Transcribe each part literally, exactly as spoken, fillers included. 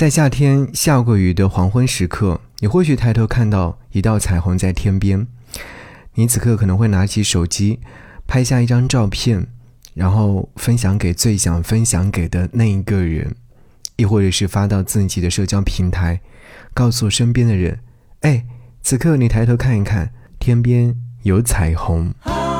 在夏天下过雨的黄昏时刻，你或许抬头看到一道彩虹在天边，你此刻可能会拿起手机拍下一张照片，然后分享给最想分享给的那一个人，亦或者是发到自己的社交平台，告诉身边的人，哎，此刻你抬头看一看，天边有彩虹。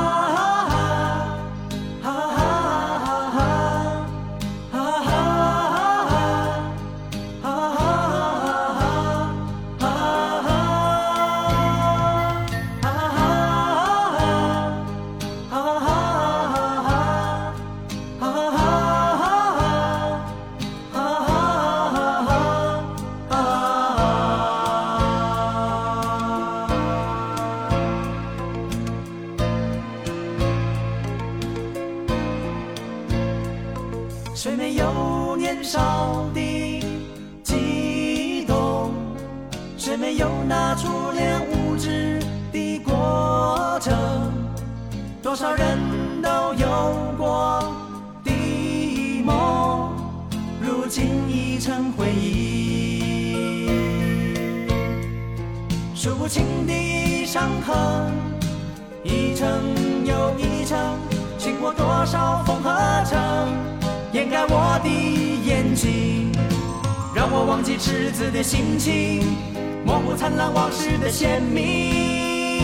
谁没有年少的激动？谁没有那初恋无知的过程？多少人都有过的梦，如今已成回忆。数不清的伤痕，一程又一程，经过多少风和尘，掩盖我的眼睛，让我忘记赤子的心情，模糊灿烂往事的鲜明。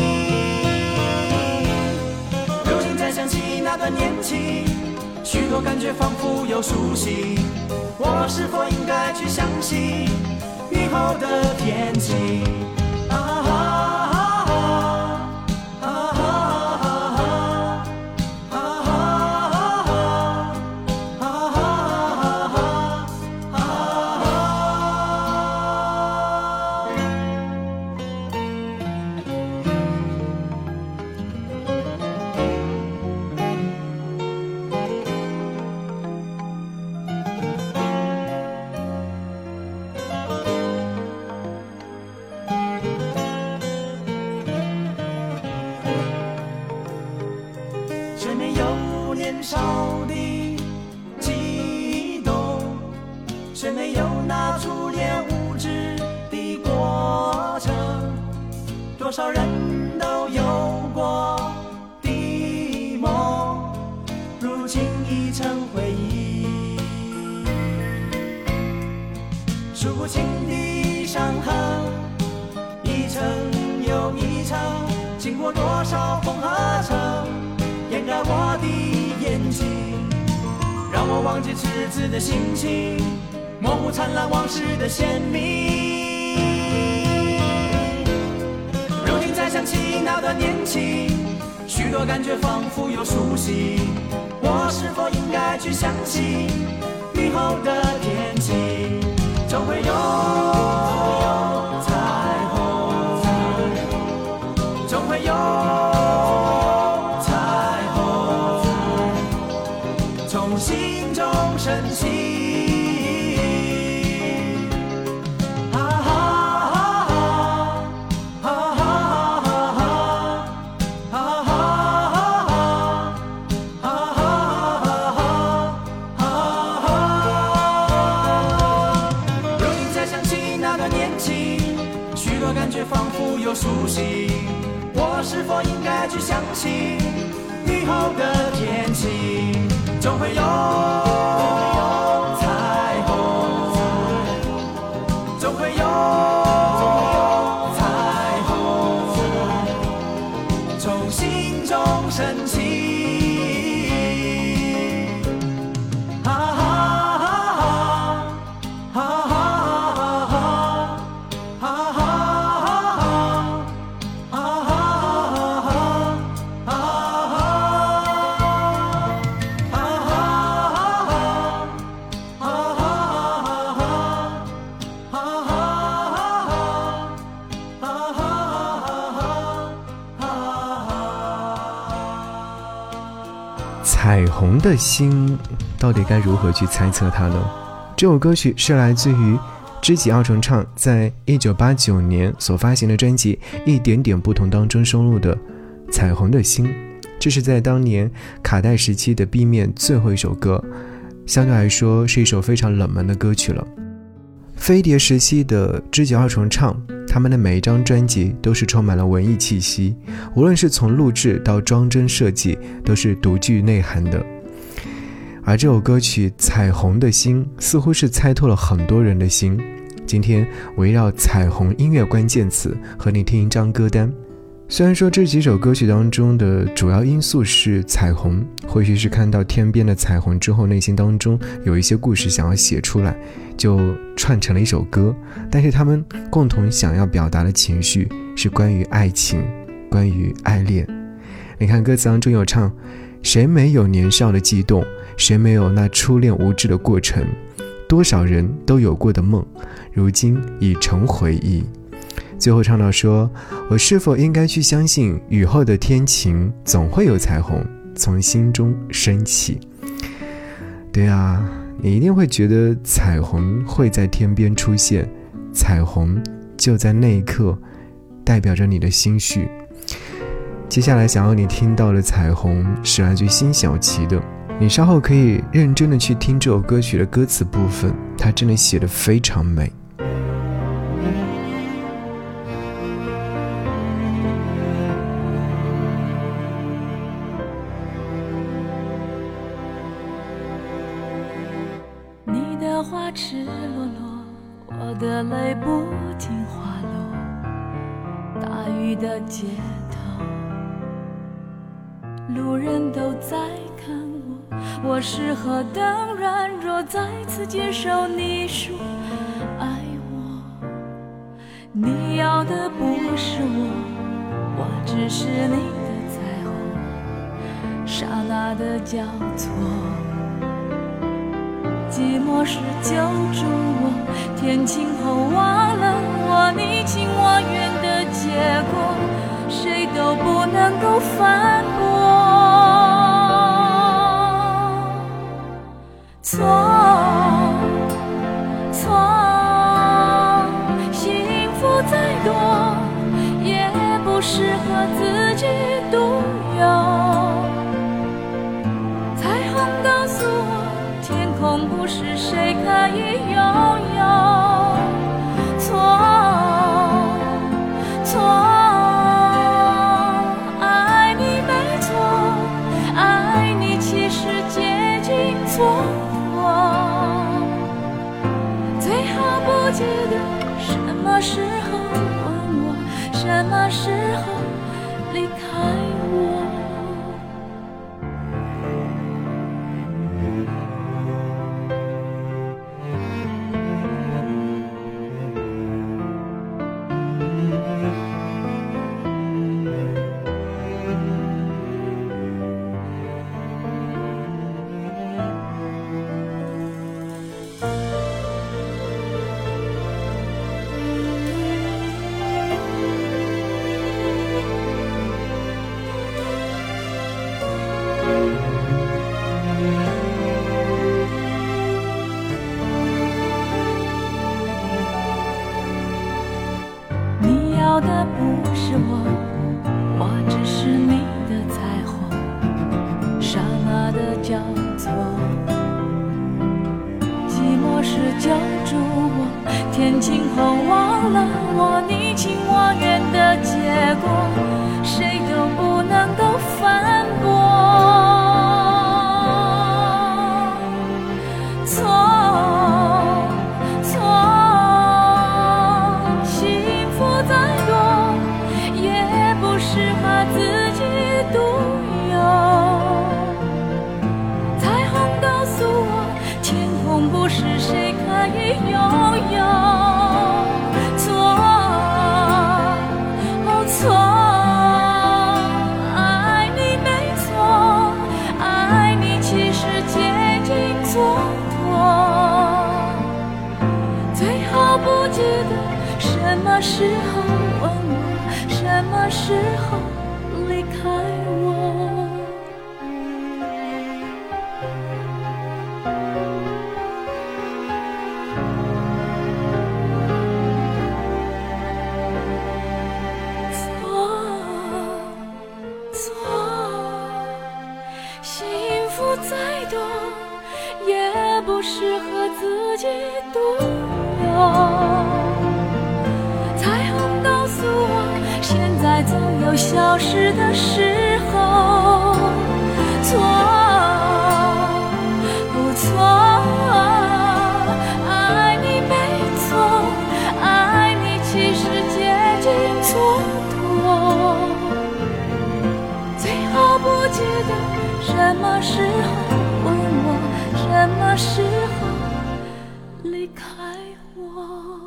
如今再想起那段年轻，许多感觉仿佛又苏醒，我是否应该去相信雨后的天晴？啊年少的激动，谁没有那初恋无知的过程？多少人都有过的梦，如今已成回忆。数不清的伤痕，一程又一程，经过多少风和尘，掩盖我的眼睛，让我忘记赤子的心情，模糊灿烂往事的鲜明。如今再想起那段年轻，许多感觉仿佛又苏醒，我是否应该去相信雨后的天晴？总会有彩虹，总会有从心中升起。如今再想起那段年轻，许多感觉仿佛又苏醒，我是否应该去相信雨后的天晴？总会有彩虹，总会有彩虹，从心中升起。 彩虹的心，到底该如何去猜测它呢？这首歌曲是来自于知己二重唱在一九八九年所发行的专辑《一点点不同》当中收录的《彩虹的心》，这是在当年卡带时期的 B 面最后一首歌，相对来说是一首非常冷门的歌曲了。 飞碟时期的知己二重唱，他们的每一张专辑都是充满了文艺气息，无论是从录制到装帧设计都是独具内涵的。而这首歌曲《彩虹的心》似乎是猜透了很多人的心。今天围绕彩虹音乐关键词和你听一张歌单。虽然说这几首歌曲当中的主要因素是彩虹，或许是看到天边的彩虹之后，内心当中有一些故事想要写出来，就串成了一首歌，但是他们共同想要表达的情绪是关于爱情，关于爱恋。你看歌词当中有唱，谁没有年少的悸动，谁没有那初恋无知的过程，多少人都有过的梦，如今已成回忆。最后唱到说，我是否应该去相信雨后的天晴总会有彩虹从心中升起。对啊，你一定会觉得彩虹会在天边出现，彩虹就在那一刻代表着你的心绪。接下来想要你听到的彩虹是来自于辛晓琪的，你稍后可以认真的去听这首歌曲的歌词部分，它真的写得非常美。 花赤裸裸，我的泪不停滑落，大雨的街头，路人都在看我，我是何等软弱，再次接受你说爱我。你要的不是我，我只是你的彩虹，刹那的交错，寂寞时救助我，天晴后忘了我，你情我愿的结果，谁都不能够反驳。错错，幸福再多，也不适合自己独有。不是谁可以拥有，错错，爱你没错，爱你其实接近错过。最好不记得什么时候问我，什么时候离开我。要的不是我，我只是你的彩虹，刹那的交错，寂寞时救助我，天晴后忘了我，你情我愿的结果，谁都不能够反驳。错是谁可以拥有？错，哦错，爱你没错，爱你其实接近蹉跎。最好不记得什么时候问我，什么时候离开我。再多也不适合自己独有， 什么时候离开我？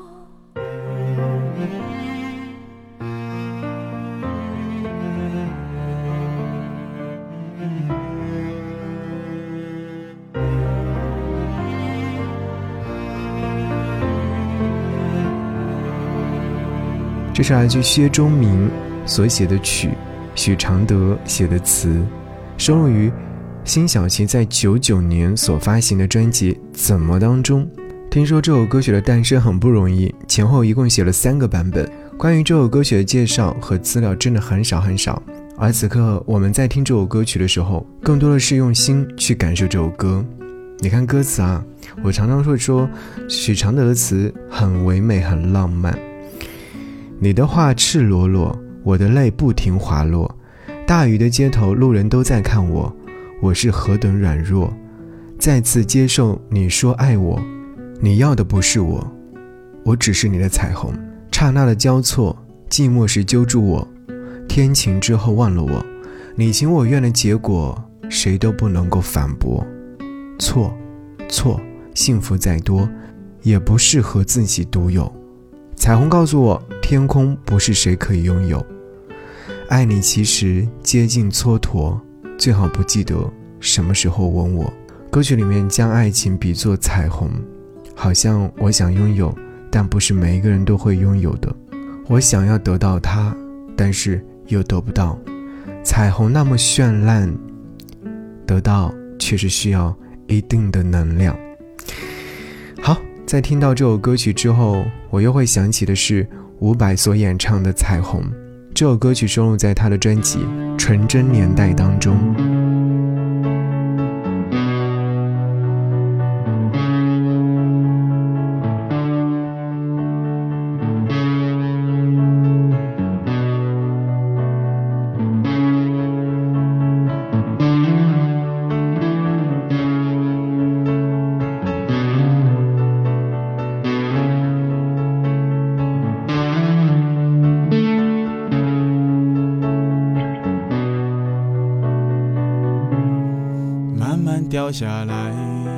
这是来自薛忠明所写的曲，许常德写的词，收录于辛晓琪在九九年所发行的专辑《怎么》当中。听说这首歌曲的诞生很不容易，前后一共写了三个版本。关于这首歌曲的介绍和资料真的很少很少，而此刻我们在听这首歌曲的时候，更多的是用心去感受这首歌。你看歌词啊，我常常会说许常德的词很唯美很浪漫。你的话赤裸裸，我的泪不停滑落，大雨的街头路人都在看我，我是何等软弱，再次接受你说爱我，你要的不是我，我只是你的彩虹，刹那的交错，寂寞时揪住我，天晴之后忘了我，你情我愿的结果谁都不能够反驳，错错，幸福再多也不适合自己独有，彩虹告诉我天空不是谁可以拥有，爱你其实接近蹉跎，最好不记得什么时候吻我。歌曲里面将爱情比作彩虹，好像我想拥有，但不是每一个人都会拥有的，我想要得到它，但是又得不到。彩虹那么绚烂，得到却是需要一定的能量。好，在听到这首歌曲之后，我又会想起的是伍佰所演唱的《彩虹》，这首歌曲收录在他的专辑《纯真年代》当中。 慢慢掉下来，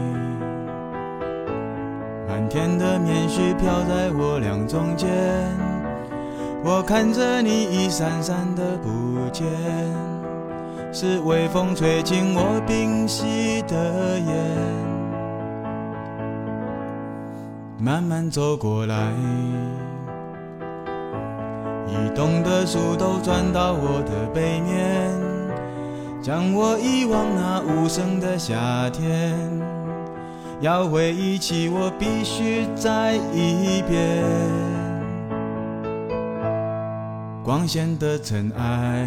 满天的棉絮飘在我俩中间，我看着你一闪闪的不见，是微风吹进我屏息的眼，慢慢走过来，移动的树都转到我的背面，将我遗忘那无声的夏天，要回忆起我必须再一遍。光线的尘埃，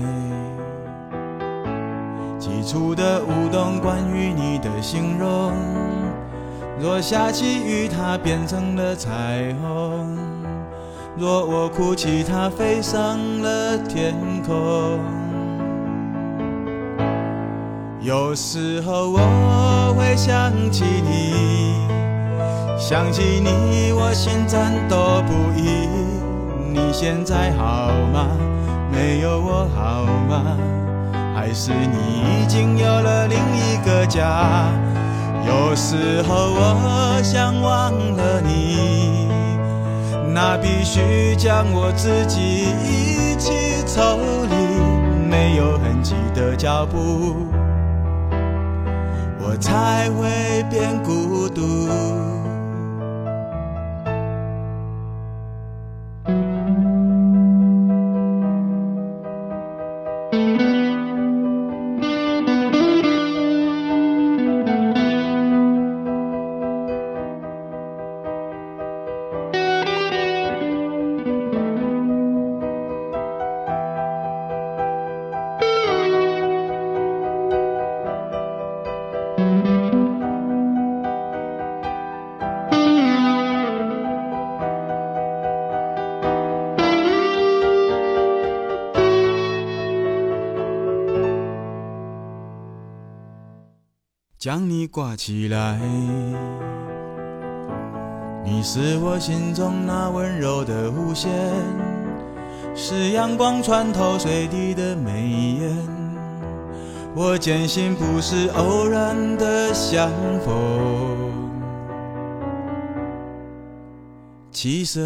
起初的舞动，关于你的形容，若下起雨它变成了彩虹，若我哭泣它飞上了天空。有时候我会想起你，想起你我心颤抖不已，你现在好吗？没有我好吗？还是你已经有了另一个家？有时候我想忘了你，那必须将我自己一起抽离，没有痕迹的脚步我才会变孤独。将你挂起来，你是我心中那温柔的弧线，是阳光穿透水滴的眉眼， 我坚信不是偶然的相逢。其实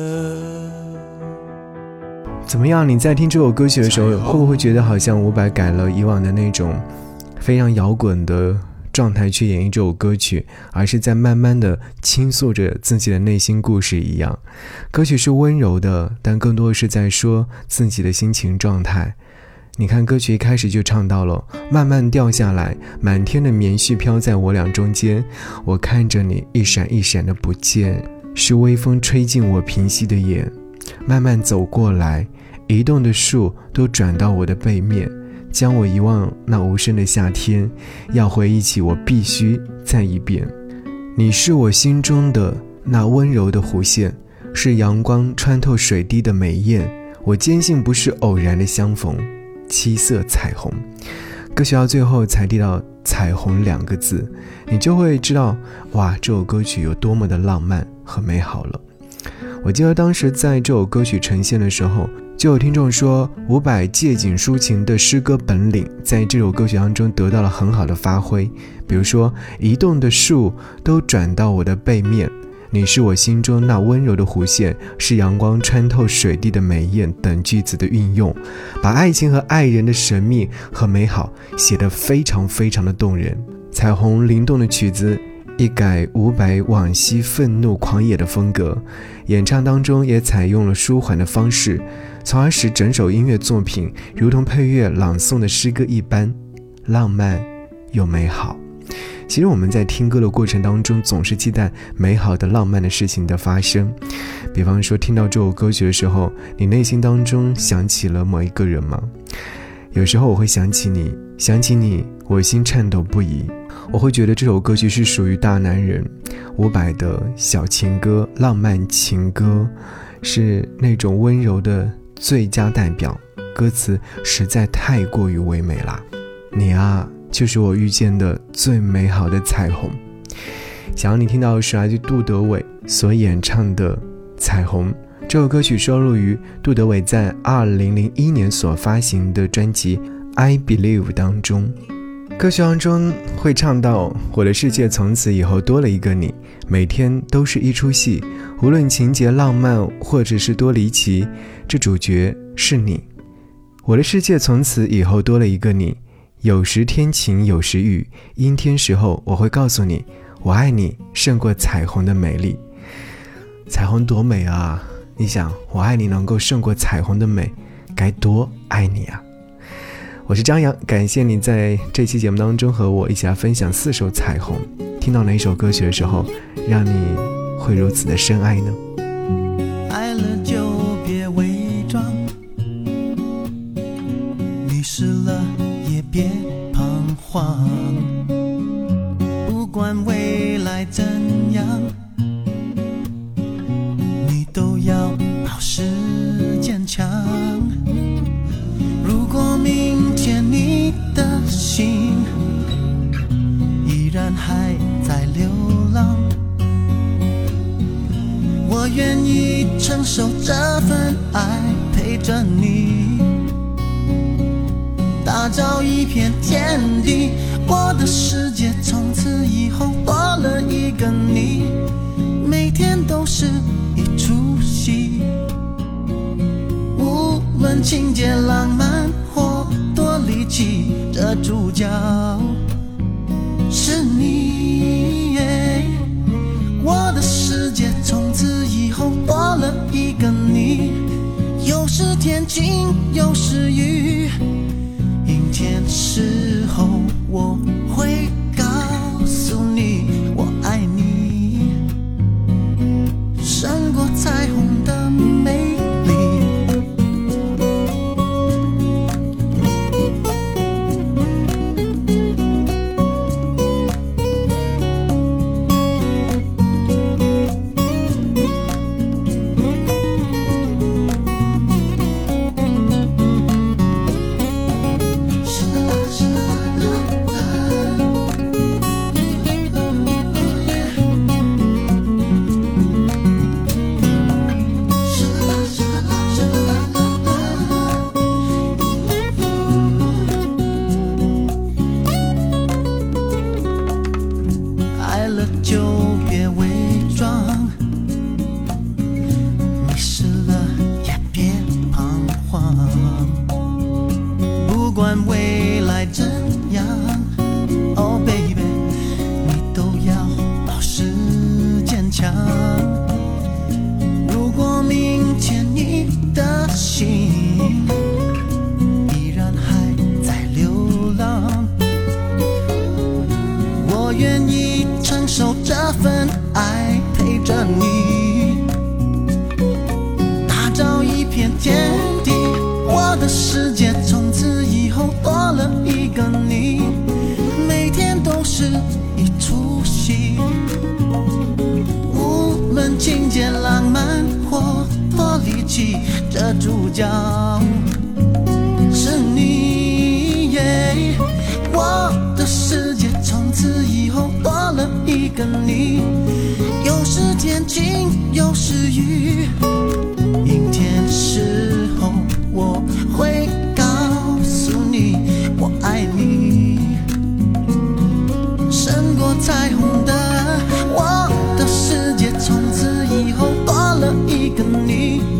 怎么样？你在听这首歌曲的时候，会不会觉得好像伍佰改了以往的那种非常摇滚的状态去演绎这首歌曲，而是在慢慢的倾诉着自己的内心故事一样？歌曲是温柔的，但更多的是在说自己的心情状态。你看歌曲一开始就唱到了，慢慢掉下来，满天的棉絮飘在我俩中间，我看着你一闪一闪的不见，是微风吹进我平息的眼，慢慢走过来，移动的树都转到我的背面，将我遗忘那无声的夏天，要回忆起我必须再一遍。你是我心中的那温柔的弧线，是阳光穿透水滴的美艳，我坚信不是偶然的相逢。七色彩虹，歌曲到最后才提到彩虹两个字，你就会知道，哇，这首歌曲有多么的浪漫和美好了。我记得当时在这首歌曲呈现的时候，就有听众说，伍佰借景抒情的诗歌本领在这首歌曲当中得到了很好的发挥，比如说移动的树都转到我的背面，你是我心中那温柔的弧线，是阳光穿透水滴的美艳等句子的运用，把爱情和爱人的神秘和美好写得非常非常的动人。彩虹灵动的曲子一改伍佰往昔愤怒狂野的风格，演唱当中也采用了舒缓的方式，从而使整首音乐作品如同配乐朗诵的诗歌一般，浪漫又美好。其实我们在听歌的过程当中，总是期待美好的浪漫的事情的发生。比方说听到这首歌曲的时候，你内心当中想起了某一个人吗？有时候我会想起你，想起你，我心颤抖不已。我会觉得这首歌曲是属于大男人，伍佰的小情歌，浪漫情歌，是那种温柔的最佳代表，歌词实在太过于唯美啦。你啊，就是我遇见的最美好的彩虹。想要你听到的是来自杜德伟所演唱的《彩虹》，这首歌曲收录于杜德伟在二零零一年所发行的专辑《I Believe》当中。歌曲当中会唱到，我的世界从此以后多了一个你，每天都是一出戏，无论情节浪漫或者是多离奇，这主角是你。我的世界从此以后多了一个你，有时天晴有时雨，阴天时候我会告诉你，我爱你胜过彩虹的美丽。彩虹多美啊，你想我爱你能够胜过彩虹的美，该多爱你啊。我是张扬，感谢你在这期节目当中和我一起来分享四首彩虹。听到哪一首歌曲的时候让你会如此的深爱呢？ 爱了就别伪装，迷失了也别彷徨，不管未来怎样，你都要保持坚强。如果明天你的心依然还在流浪，我愿意承受这份爱，陪着你打造一片天地。我的世界从此以后多了一个你，每天都是一出戏，无论情节浪漫或多离奇，这主角是你。我的世界从此以后多了一个你，有时天晴有时雨，阴天时候我会告诉你，我爱你胜过彩虹的美丽。 世界从此以后多了一个你，每天都是一出戏，无论情节浪漫或或离奇，这主角是你。我的世界从此以后多了一个你，有时天晴有时雨，阴天时候我会告诉你我爱你，胜过彩虹的我的世界从此以后多了一个你，